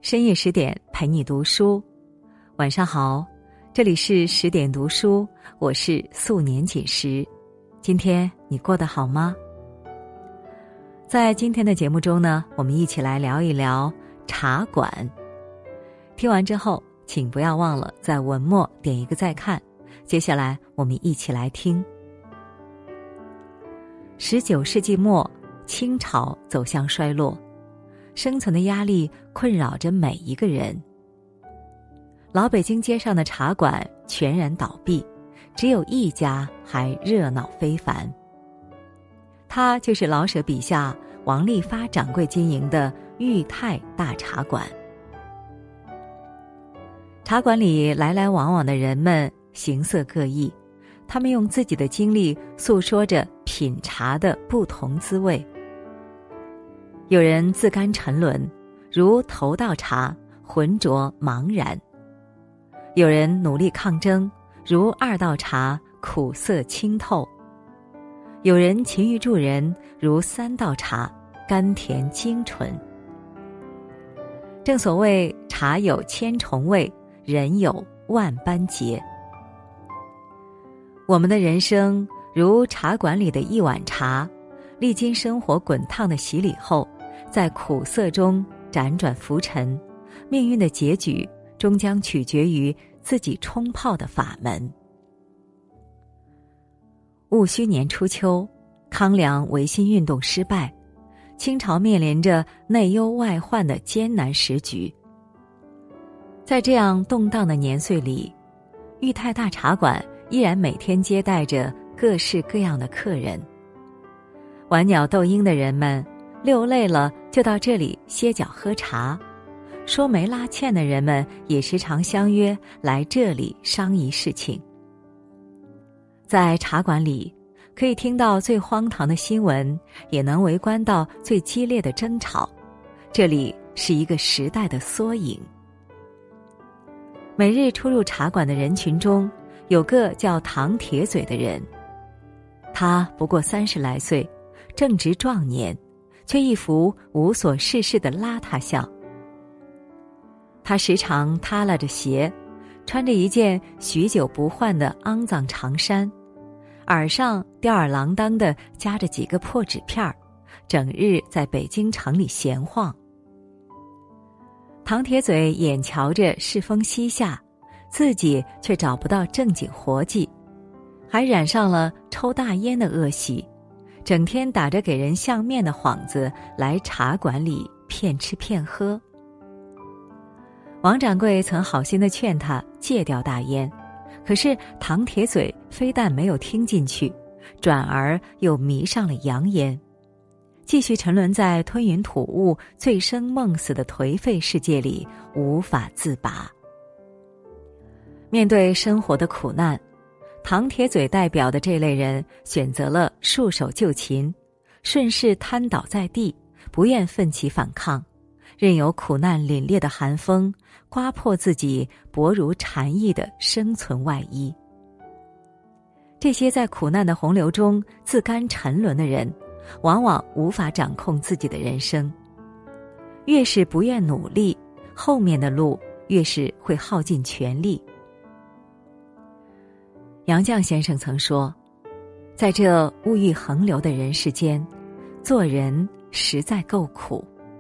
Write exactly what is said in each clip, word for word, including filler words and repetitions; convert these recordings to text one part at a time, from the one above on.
深夜十点陪你读书，晚上好，这里是十点读书，我是素年锦时。今天你过得好吗？在今天的节目中呢，我们一起来聊一聊茶馆。听完之后，请不要忘了在文末点一个再看。接下来我们一起来听。十九世纪末，清朝走向衰落，生存的压力困扰着每一个人。老北京街上的茶馆全然倒闭，只有一家还热闹非凡。它就是老舍笔下王利发掌柜经营的裕泰大茶馆。茶馆里来来往往的人们形色各异，他们用自己的经历诉说着品茶的不同滋味。有人自甘沉沦，如头道茶，浑浊茫然；有人努力抗争，如二道茶，苦涩清透；有人勤于助人，如三道茶，甘甜精纯。正所谓茶有千重味，人有万般结。我们的人生如茶馆里的一碗茶，历经生活滚烫的洗礼后，在苦涩中辗转浮沉，命运的结局终将取决于自己冲泡的法门。戊戌年初秋，康梁维新运动失败，清朝面临着内忧外患的艰难时局。在这样动荡的年岁里，裕泰大茶馆依然每天接待着各式各样的客人。玩鸟斗鹰的人们溜累了就到这里歇脚喝茶，说媒拉纤的人们也时常相约来这里商议事情。在茶馆里，可以听到最荒唐的新闻，也能围观到最激烈的争吵。这里是一个时代的缩影。每日出入茶馆的人群中，有个叫唐铁嘴的人，他不过三十来岁，正值壮年，却一副无所事事的邋遢相。他时常耷拉着鞋，穿着一件许久不换的肮脏长衫，耳上吊儿郎当地夹着几个破纸片儿，整日在北京城里闲晃。唐铁嘴眼瞧着世风西下，自己却找不到正经活计，还染上了抽大烟的恶习，整天打着给人相面的幌子来茶馆里骗吃骗喝。王掌柜曾好心地劝他戒掉大烟，可是唐铁嘴非但没有听进去，转而又迷上了洋烟，继续沉沦在吞云吐雾、醉生梦死的颓废世界里，无法自拔。面对生活的苦难，唐铁嘴代表的这类人选择了束手就擒，顺势瘫倒在地，不愿奋起反抗，任由苦难凛冽的寒风刮破自己薄如蝉翼的生存外衣。这些在苦难的洪流中自甘沉沦的人，往往无法掌控自己的人生。越是不愿努力，后面的路越是会耗尽全力。杨绛先生曾说，在这物欲横流的人世间，做人实在够苦。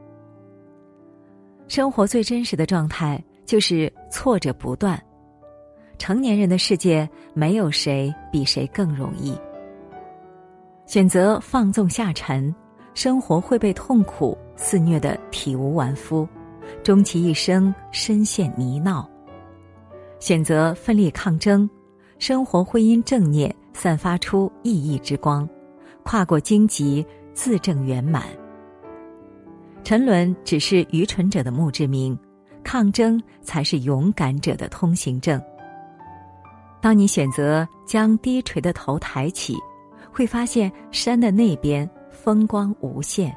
生活最真实的状态就是挫折不断。成年人的世界，没有谁比谁更容易。选择放纵下沉，生活会被痛苦肆虐得体无完肤，终其一生深陷泥淖。选择奋力抗争，生活会因正念散发出熠熠之光，跨过荆棘，自证圆满。沉沦只是愚蠢者的墓志铭，抗争才是勇敢者的通行证。当你选择将低垂的头抬起，会发现山的那边风光无限。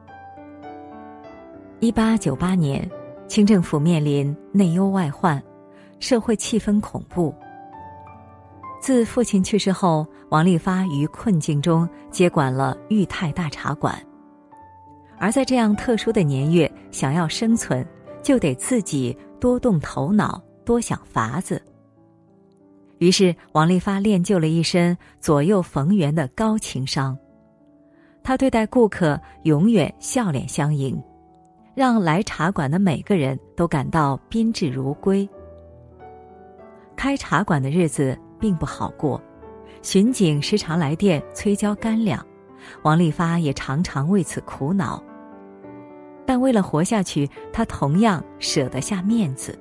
一八九八年，清政府面临内忧外患，社会气氛恐怖。自父亲去世后，王利发于困境中接管了裕泰大茶馆。而在这样特殊的年月，想要生存， 就得自己多动头脑，多想法子。于是王利发练就了一身左右逢源的高情商。他对待顾客永远笑脸相迎，让来茶馆的每个人都感到宾至如归。开茶馆的日子并不好过，巡警时常来电催交干粮，王利发也常常为此苦恼。但为了活下去，他同样舍得下面子。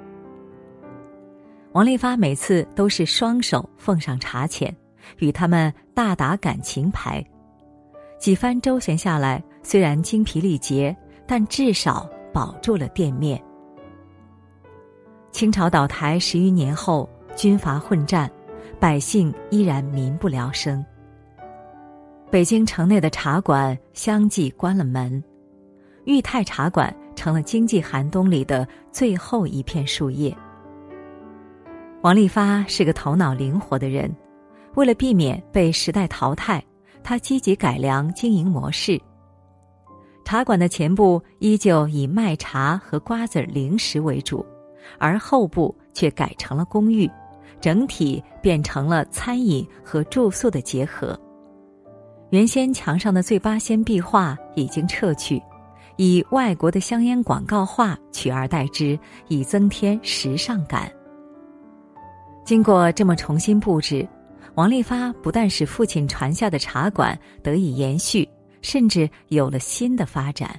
王利发每次都是双手奉上茶钱，与他们大打感情牌。几番周旋下来，虽然精疲力竭，但至少保住了店面。清朝倒台十余年后，军阀混战，百姓依然民不聊生。北京城内的茶馆相继关了门，裕泰茶馆成了经济寒冬里的最后一片树叶。王利发是个头脑灵活的人，为了避免被时代淘汰，他积极改良经营模式。茶馆的前部依旧以卖茶和瓜子零食为主，而后部却改成了公寓，整体变成了餐饮和住宿的结合。原先墙上的醉八仙壁画已经撤去，以外国的香烟广告画取而代之，以增添时尚感。经过这么重新布置，王利发不但使父亲传下的茶馆得以延续，甚至有了新的发展。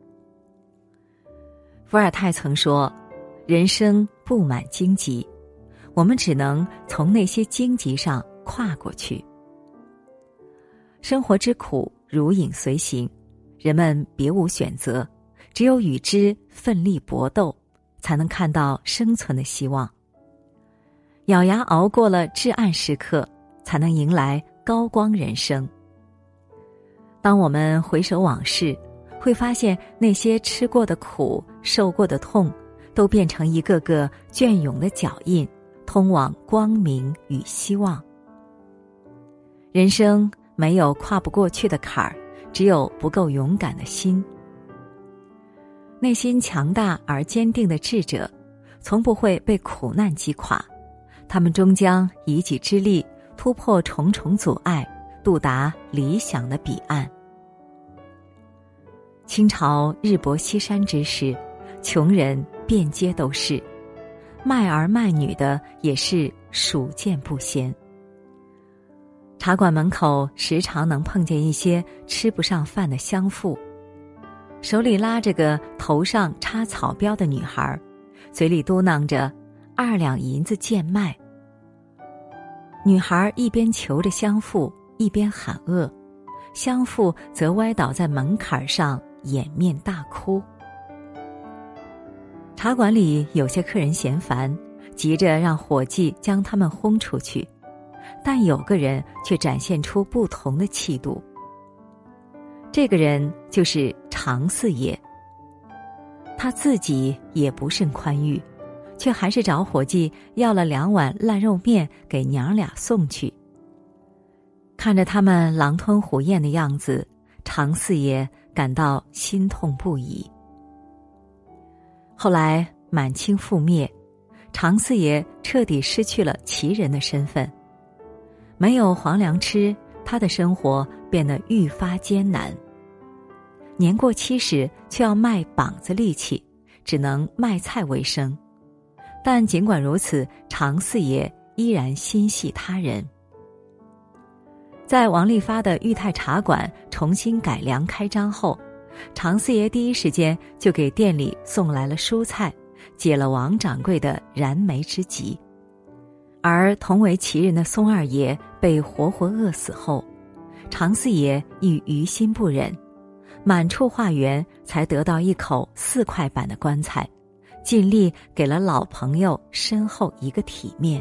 伏尔泰曾说，人生布满荆棘，我们只能从那些荆棘上跨过去。生活之苦如影随形，人们别无选择，只有与之奋力搏斗，才能看到生存的希望。咬牙熬过了至暗时刻，才能迎来高光人生。当我们回首往事，会发现那些吃过的苦，受过的痛，都变成一个个隽永的脚印，通往光明与希望。人生没有跨不过去的坎儿，只有不够勇敢的心。内心强大而坚定的智者，从不会被苦难击垮，他们终将以己之力突破重重阻碍，渡达理想的彼岸。清朝日薄西山之时，穷人遍街都是，卖儿卖女的也是数见不鲜。茶馆门口时常能碰见一些吃不上饭的乡妇，手里拉着个头上插草标的女孩，嘴里嘟囔着二两银子贱卖。女孩一边求着乡妇，一边喊饿，乡妇则歪倒在门槛上掩面大哭。茶馆里有些客人嫌烦，急着让伙计将他们轰出去，但有个人却展现出不同的气度。这个人就是常四爷。他自己也不甚宽裕，却还是找伙计要了两碗烂肉面给娘俩送去。看着他们狼吞虎咽的样子，常四爷感到心痛不已。后来满清覆灭，常四爷彻底失去了旗人的身份，没有皇粮吃，他的生活变得愈发艰难。年过七十，却要卖膀子力气，只能卖菜为生。但尽管如此，常四爷依然心系他人。在王利发的裕泰茶馆重新改良开张后，常四爷第一时间就给店里送来了蔬菜，解了王掌柜的燃眉之急。而同为旗人的松二爷被活活饿死后，常四爷亦于心不忍，满处化缘才得到一口四块板的棺材，尽力给了老朋友身后一个体面。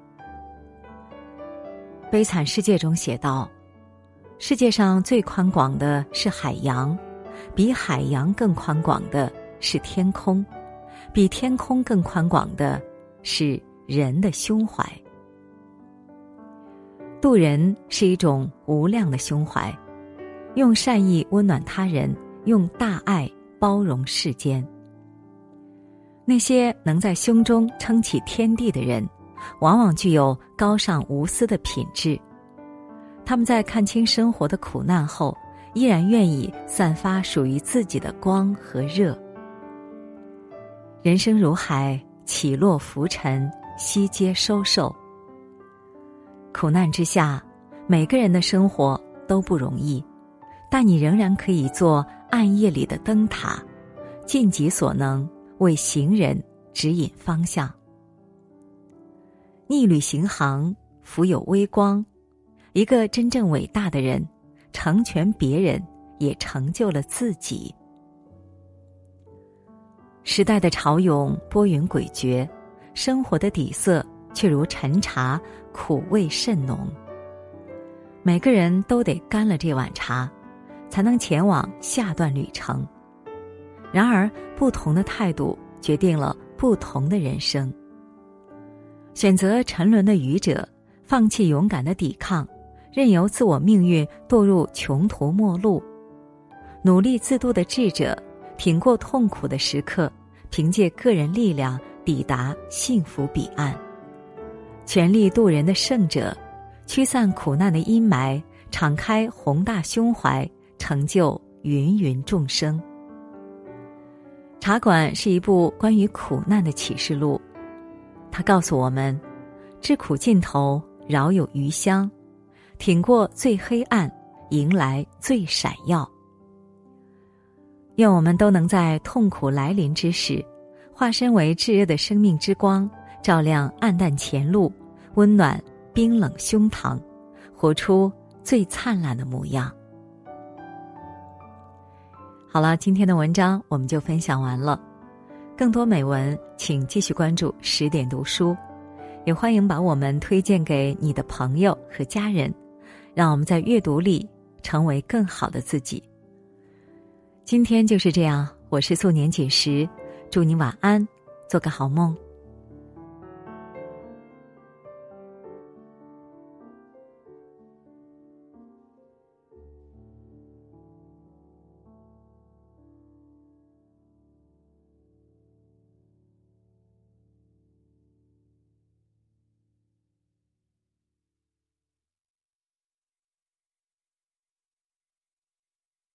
悲惨世界中写道，世界上最宽广的是海洋，比海洋更宽广的是天空，比天空更宽广的是人的胸怀。渡人是一种无量的胸怀，用善意温暖他人，用大爱包容世间。 那些能在胸中撑起天地的人，往往具有高尚无私的品质。他们在看清生活的苦难后，依然愿意散发属于自己的光和热。人生如海，起落浮沉，悉皆收受。苦难之下，每个人的生活都不容易，但你仍然可以做暗夜里的灯塔，尽己所能为行人指引方向。逆旅行航，浮有微光。一个真正伟大的人，成全别人，也成就了自己。时代的潮涌波云诡谲，生活的底色却如陈茶，苦味甚浓。每个人都得干了这碗茶，才能前往下段旅程。然而，不同的态度决定了不同的人生。选择沉沦的愚者，放弃勇敢的抵抗，任由自我命运堕入穷途末路；努力自渡的智者，挺过痛苦的时刻，凭借个人力量抵达幸福彼岸；全力渡人的圣者，驱散苦难的阴霾，敞开宏大胸怀，成就芸芸众生。茶馆是一部关于苦难的启示录，它告诉我们，知苦尽头饶有余香，挺过最黑暗，迎来最闪耀。愿我们都能在痛苦来临之时，化身为炙热的生命之光，照亮暗淡前路，温暖冰冷胸膛，活出最灿烂的模样。好了，今天的文章我们就分享完了。更多美文，请继续关注十点读书，也欢迎把我们推荐给你的朋友和家人，让我们在阅读里成为更好的自己。今天就是这样，我是素年锦时，祝你晚安，做个好梦。